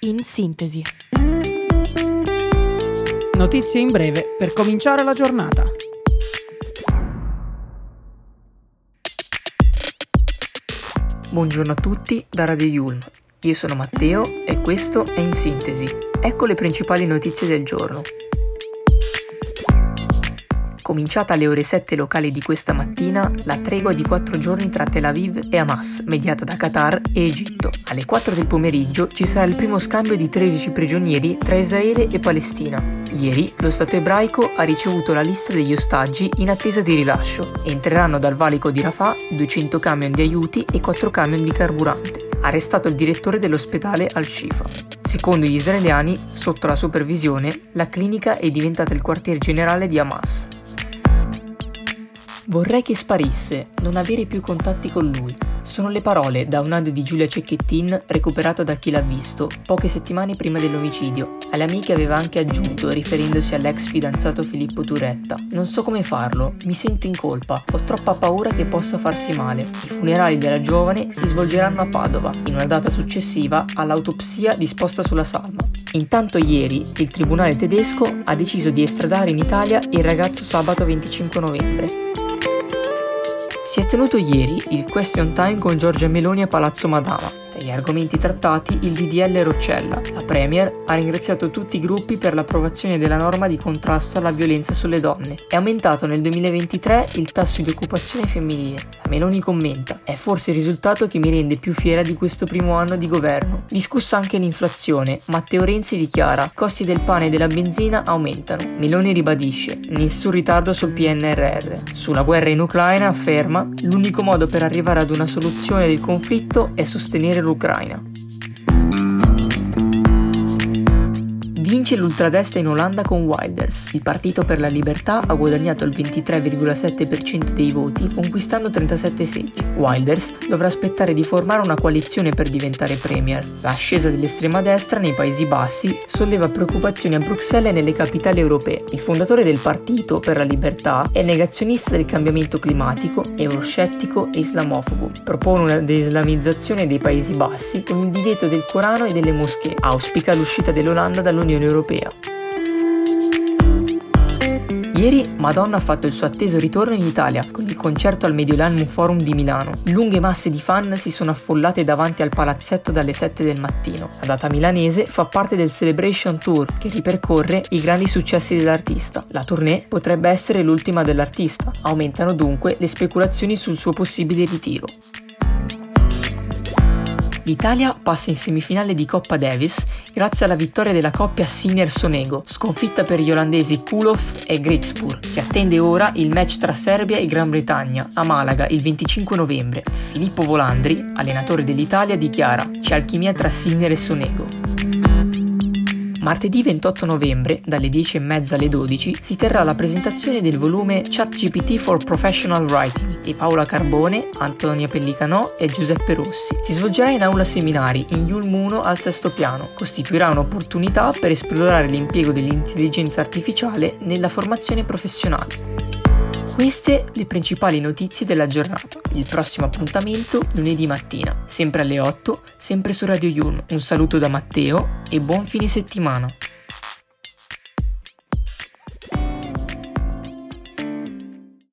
in sintesi. Notizie in breve per cominciare la giornata. Buongiorno a tutti da Radio Yulm. Io sono Matteo e questo è In Sintesi. Ecco le principali notizie del giorno. Cominciata alle ore 7 locali di questa mattina, la tregua di 4 giorni tra Tel Aviv e Hamas, mediata da Qatar e Egitto. Alle 4 del pomeriggio ci sarà il primo scambio di 13 prigionieri tra Israele e Palestina. Ieri lo Stato ebraico ha ricevuto la lista degli ostaggi in attesa di rilascio. Entreranno dal valico di Rafah 200 camion di aiuti e 4 camion di carburante. Arrestato il direttore dell'ospedale Al-Shifa. Secondo gli israeliani, sotto la supervisione, la clinica è diventata il quartier generale di Hamas. Vorrei che sparisse, non avere più contatti con lui. Sono le parole da un audio di Giulia Cecchettin recuperato da Chi l'ha visto poche settimane prima dell'omicidio. Alle amiche aveva anche aggiunto, riferendosi all'ex fidanzato Filippo Turetta: non so come farlo, mi sento in colpa, ho troppa paura che possa farsi male. I funerali della giovane si svolgeranno a Padova, in una data successiva all'autopsia disposta sulla salma. Intanto ieri il tribunale tedesco ha deciso di estradare in Italia il ragazzo sabato 25 novembre. Si è tenuto ieri il question time con Giorgia Meloni a Palazzo Madama. Tra gli argomenti trattati il DDL Roccella. La Premier ha ringraziato tutti i gruppi per l'approvazione della norma di contrasto alla violenza sulle donne. È aumentato nel 2023 il tasso di occupazione femminile. La Meloni commenta: è forse il risultato che mi rende più fiera di questo primo anno di governo. Discussa anche l'inflazione. Matteo Renzi dichiara: i costi del pane e della benzina aumentano. Meloni ribadisce: nessun ritardo sul PNRR. Sulla guerra in Ucraina afferma: l'unico modo per arrivare ad una soluzione del conflitto è sostenere l'Ucraina. Vince l'ultradestra in Olanda con Wilders. Il Partito per la Libertà ha guadagnato il 23,7% dei voti, conquistando 37 seggi. Wilders dovrà aspettare di formare una coalizione per diventare premier. L'ascesa dell'estrema destra nei Paesi Bassi solleva preoccupazioni a Bruxelles e nelle capitali europee. Il fondatore del Partito per la Libertà è negazionista del cambiamento climatico, euroscettico e islamofobo. Propone una deislamizzazione dei Paesi Bassi con il divieto del Corano e delle moschee. Auspica l'uscita dell'Olanda dall'Unione Europea. Ieri Madonna ha fatto il suo atteso ritorno in Italia con il concerto al Mediolanum Forum di Milano. Lunghe masse di fan si sono affollate davanti al palazzetto dalle 7 del mattino. La data milanese fa parte del Celebration Tour che ripercorre i grandi successi dell'artista. La tournée potrebbe essere l'ultima dell'artista. Aumentano dunque le speculazioni sul suo possibile ritiro. L'Italia passa in semifinale di Coppa Davis grazie alla vittoria della coppia Sinner-Sonego, sconfitta per gli olandesi Kuloff e Griekspoor, che attende ora il match tra Serbia e Gran Bretagna a Malaga il 25 novembre. Filippo Volandri, allenatore dell'Italia, dichiara: c'è alchimia tra Sinner e Sonego. Martedì 28 novembre, dalle 10:30 alle 12, si terrà la presentazione del volume ChatGPT for Professional Writing di Paola Carbone, Antonia Pellicanò e Giuseppe Rossi. Si svolgerà in aula seminari in Yulm 1 al sesto piano. Costituirà un'opportunità per esplorare l'impiego dell'intelligenza artificiale nella formazione professionale. Queste le principali notizie della giornata. Il prossimo appuntamento lunedì mattina, sempre alle 8, sempre su Radio Yulm. Un saluto da Matteo e buon fine settimana.